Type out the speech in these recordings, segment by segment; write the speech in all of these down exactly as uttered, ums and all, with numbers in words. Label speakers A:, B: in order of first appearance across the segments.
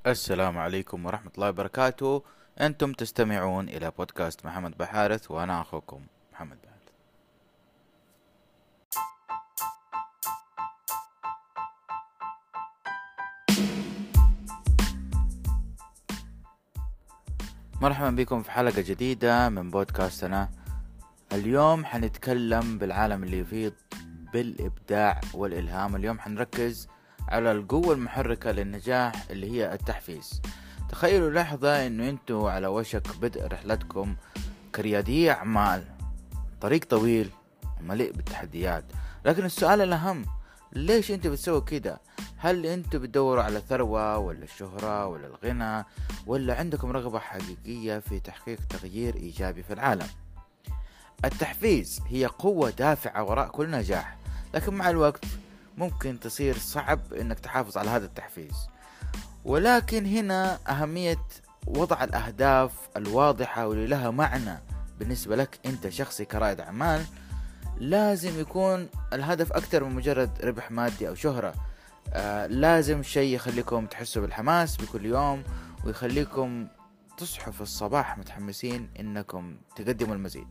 A: السلام عليكم ورحمة الله وبركاته. أنتم تستمعون إلى بودكاست محمد بحارث، وأنا أخوكم محمد بحارث. مرحبا بكم في حلقة جديدة من بودكاستنا. اليوم حنتكلم بالعالم اللي يفيض بالإبداع والإلهام. اليوم حنركز على القوة المحركة للنجاح اللي هي التحفيز. تخيلوا لحظة أنه أنتوا على وشك بدء رحلتكم كريادية أعمال، طريق طويل ومليء بالتحديات، لكن السؤال الأهم، ليش أنت بتسوي كده؟ هل أنتوا بتدوروا على ثروة ولا الشهرة ولا الغنى، ولا عندكم رغبة حقيقية في تحقيق تغيير إيجابي في العالم؟ التحفيز هي قوة دافعة وراء كل نجاح، لكن مع الوقت ممكن تصير صعب أنك تحافظ على هذا التحفيز. ولكن هنا أهمية وضع الأهداف الواضحة واللي لها معنى بالنسبة لك أنت شخصي كرائد أعمال. لازم يكون الهدف أكثر من مجرد ربح مادي أو شهرة. آه لازم شيء يخليكم تحسوا بالحماس بكل يوم، ويخليكم تصحوا في الصباح متحمسين إنكم تقدموا المزيد.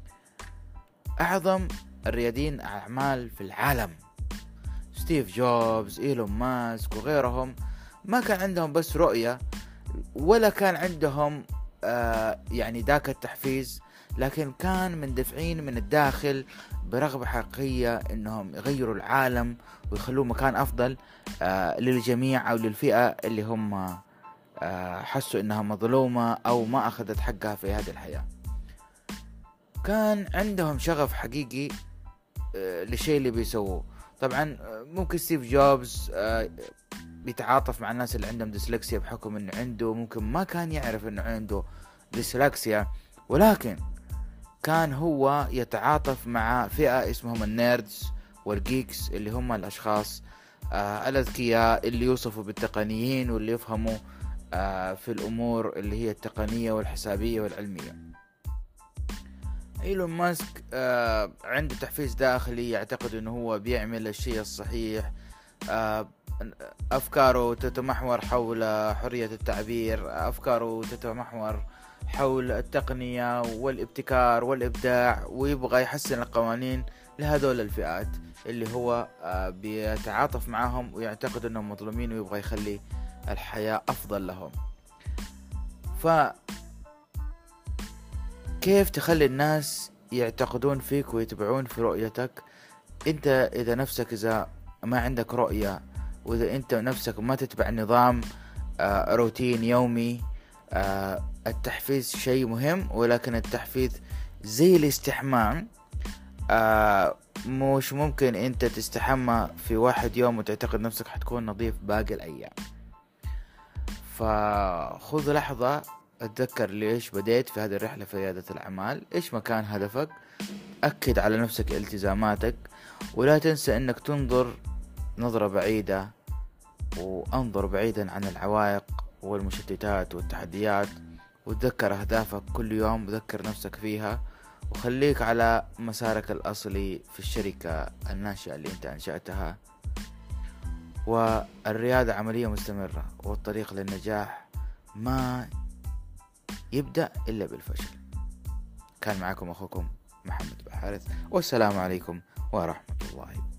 A: أعظم الريادين أعمال في العالم، ستيف جوبز، إيلون ماسك وغيرهم، ما كان عندهم بس رؤية ولا كان عندهم آه يعني ذاك التحفيز، لكن كان مندفعين من الداخل برغبة حقيقية انهم يغيروا العالم ويخلوه مكان افضل آه للجميع او للفئة اللي هم آه حسوا انها مظلومة او ما اخذت حقها في هذه الحياة. كان عندهم شغف حقيقي آه للشيء اللي بيسووه. طبعا آه ممكن ستيف جوبز آه بيتعاطف مع الناس اللي عندهم ديسلكسيا بحكم انه عنده ممكن ما كان يعرف انه عنده ديسلكسيا، ولكن كان هو يتعاطف مع فئة اسمهم النيردز والجيكس، اللي هم الاشخاص آه الاذكياء اللي يوصفوا بالتقنيين واللي يفهموا آه في الامور اللي هي التقنية والحسابية والعلمية. ايلون ماسك آه عنده تحفيز داخلي، يعتقد انه هو بيعمل الشيء الصحيح. آه أفكاره تتمحور حول حرية التعبير، أفكاره تتمحور حول التقنية والابتكار والإبداع، ويبغى يحسن القوانين لهذول الفئات اللي هو بيتعاطف معهم ويعتقد أنهم مظلومين ويبغى يخلي الحياة أفضل لهم. فكيف تخلي الناس يعتقدون فيك ويتبعون في رؤيتك؟ أنت إذا نفسك إذا ما عندك رؤية، وإذا أنت نفسك ما تتبع نظام آه روتين يومي، آه التحفيز شيء مهم، ولكن التحفيز زي الاستحمام. آه مش ممكن أنت تستحمى في واحد يوم وتعتقد نفسك حتكون نظيف باقي الأيام. فخذ لحظة اتذكر ليش بديت في هذه الرحلة في ريادة الأعمال، إيش مكان هدفك، أكد على نفسك التزاماتك، ولا تنسى أنك تنظر نظرة بعيدة، وانظر بعيدا عن العوائق والمشتتات والتحديات، وتذكر أهدافك كل يوم، وذكر نفسك فيها، وخليك على مسارك الأصلي في الشركة الناشئة اللي انت أنشأتها. والريادة عملية مستمرة، والطريق للنجاح ما يبدأ إلا بالفشل. كان معكم أخوكم محمد بحارث، والسلام عليكم ورحمة الله.